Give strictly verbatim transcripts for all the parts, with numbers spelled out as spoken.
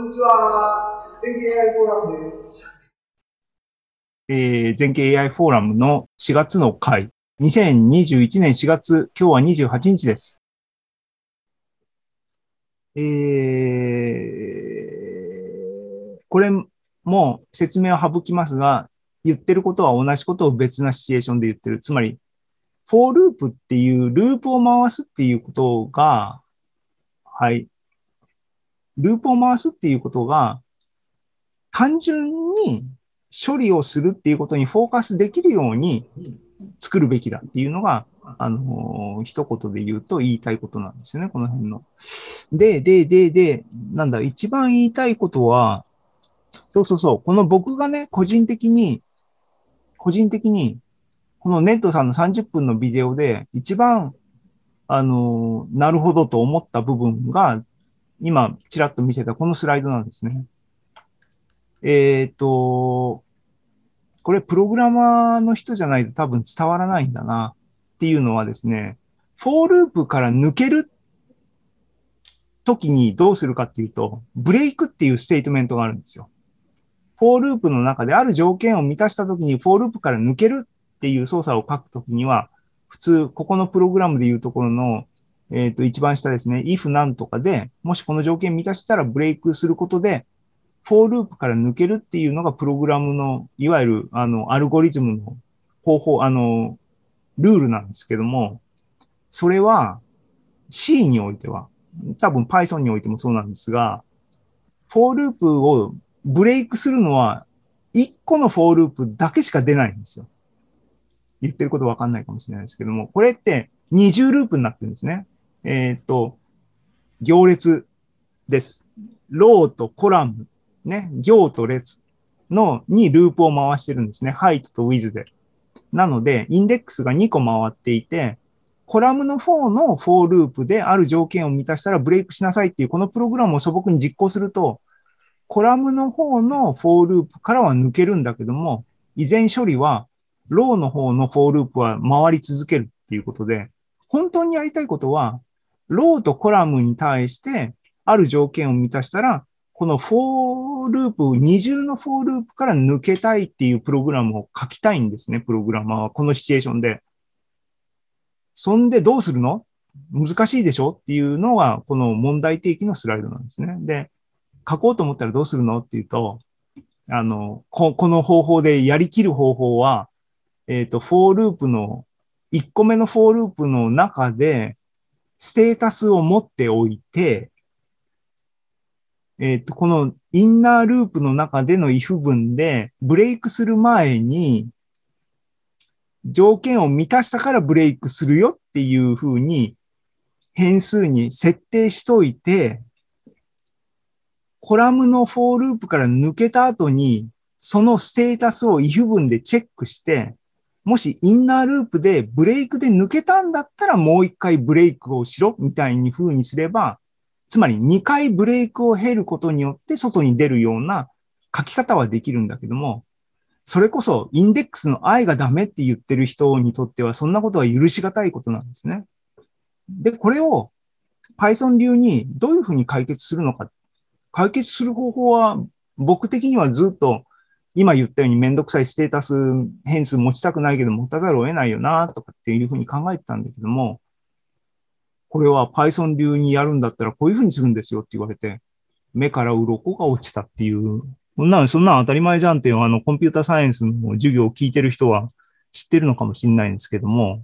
にちは。全景 エーアイ フォーラムです。 えー、全景 エーアイ フォーラムのしがつの回。にせんにじゅういちねんしがつ、今日はにじゅうはちにちです。えー、これも説明を省きますが、言ってることは同じことを別なシチュエーションで言ってる。つまり、フォーループっていうループを回すっていうことが、はい。ループを回すっていうことが、単純に処理をするっていうことにフォーカスできるように作るべきだっていうのが、あのー、一言で言うと言いたいことなんですよね、この辺の。で、で、で、で、なんだ、一番言いたいことは、そうそうそう、この僕がね、個人的に、個人的に、このネットさんのさんじゅっぷんのビデオで、一番、あのー、なるほどと思った部分が、今、ちらっと見せたこのスライドなんですね。えっと、これプログラマーの人じゃないと多分伝わらないんだなっていうのはですね、フォーループから抜けるときにどうするかっていうと、ブレイクっていうステートメントがあるんですよ。フォーループの中である条件を満たしたときにフォーループから抜けるっていう操作を書くときには、普通、ここのプログラムでいうところの、えっ、ー、と、一番下ですね、if なんとかで、もしこの条件満たしたらブレイクすることで、フォーループから抜けるっていうのがプログラムの、いわゆる、あの、アルゴリズムの方法、あの、ルールなんですけども、それは C においては、多分 Python においてもそうなんですが、フォーループをブレイクするのは、いっこのフォーループだけしか出ないんですよ。言ってることわかんないかもしれないですけども、これってにじゅうループになってるんですね。えっ、ー、と、行列です。ローとコラム、ね、行と列のにループを回してるんですね。ハイトとウィズで。なので、インデックスがにこ回っていて、コラムのフォーのフォーループである条件を満たしたらブレイクしなさいっていうこのプログラムを素朴に実行すると、コラムの方のフォーループからは抜けるんだけども、依然処理はローの方のフォーループは回り続けるっていうことで、本当にやりたいことは、ローとコラムに対してある条件を満たしたら、このフォーループ、二重のフォーループから抜けたいっていうプログラムを書きたいんですね、プログラマーは。このシチュエーションで。そんでどうするの難しいでしょっていうのが、この問題提起のスライドなんですね。で、書こうと思ったらどうするのっていうと、あの、ここの方法でやりきる方法は、えっと、フォーループの、いっこめのフォーループの中で、ステータスを持っておいて、えっと、このインナーループの中での if 文で、ブレイクする前に、条件を満たしたからブレイクするよっていうふうに変数に設定しといて、コラムのフォーループから抜けた後に、そのステータスを if 文でチェックして、もしインナーループでブレイクで抜けたんだったらもう一回ブレイクをしろみたいに風にすれば、つまりにかいブレイクを経ることによって外に出るような書き方はできるんだけども、それこそインデックスの i がダメって言ってる人にとってはそんなことは許しがたいことなんですね。で、これを Python 流にどういうふうに解決するのか。解決する方法は僕的にはずっと今言ったようにめんどくさいステータス変数持ちたくないけど持たざるを得ないよなとかっていうふうに考えてたんだけども、これは Python 流にやるんだったらこういうふうにするんですよって言われて、目から鱗が落ちたっていう、そんなそんな当たり前じゃんっていうあのコンピュータサイエンスの授業を聞いてる人は知ってるのかもしれないんですけども、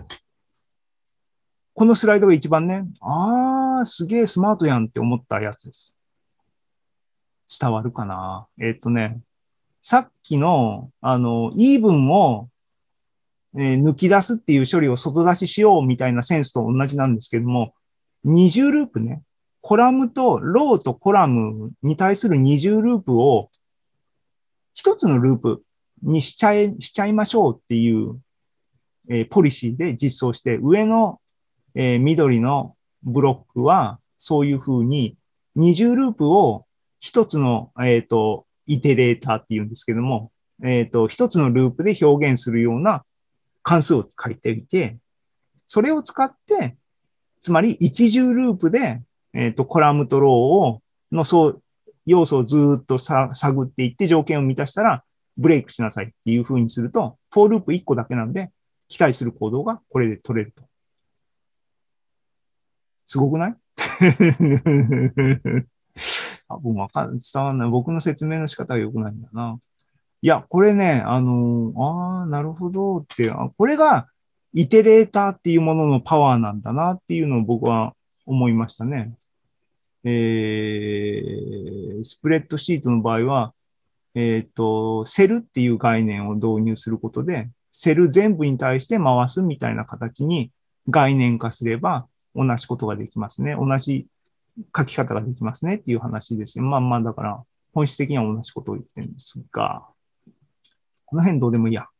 このスライドが一番ね、あー、すげえスマートやんって思ったやつです。伝わるかな。えっとね、さっきの、あの、イーブンを、えー抜き出すっていう処理を外出ししようみたいなセンスと同じなんですけども、二重ループね。コラムとローとコラムに対する二重ループを一つのループにしちゃえ、しちゃいましょうっていう、えーポリシーで実装して、上の、えー緑のブロックはそういうふうに二重ループを一つの、えっと、イテレーターっていうんですけども、えっと、一つのループで表現するような関数を書いていて、それを使って、つまり一重ループで、えっと、コラムとローを、のそう、 要素をずーっとさ探っていって条件を満たしたらブレイクしなさいっていう風にすると、フォーループいっこだけなんで、期待する行動がこれで取れると。すごくない？多分わかる、伝わんない。僕の説明の仕方が良くないんだな。いや、これね、あのーああ、なるほどって、あこれがイテレーターっていうもののパワーなんだなっていうのを僕は思いましたね。えー、スプレッドシートの場合は、えっと、セルっていう概念を導入することで、セル全部に対して回すみたいな形に概念化すれば同じことができますね。同じ書き方ができますねっていう話ですよ。まあまあ、だから本質的には同じことを言ってるんですが、この辺どうでもいいや。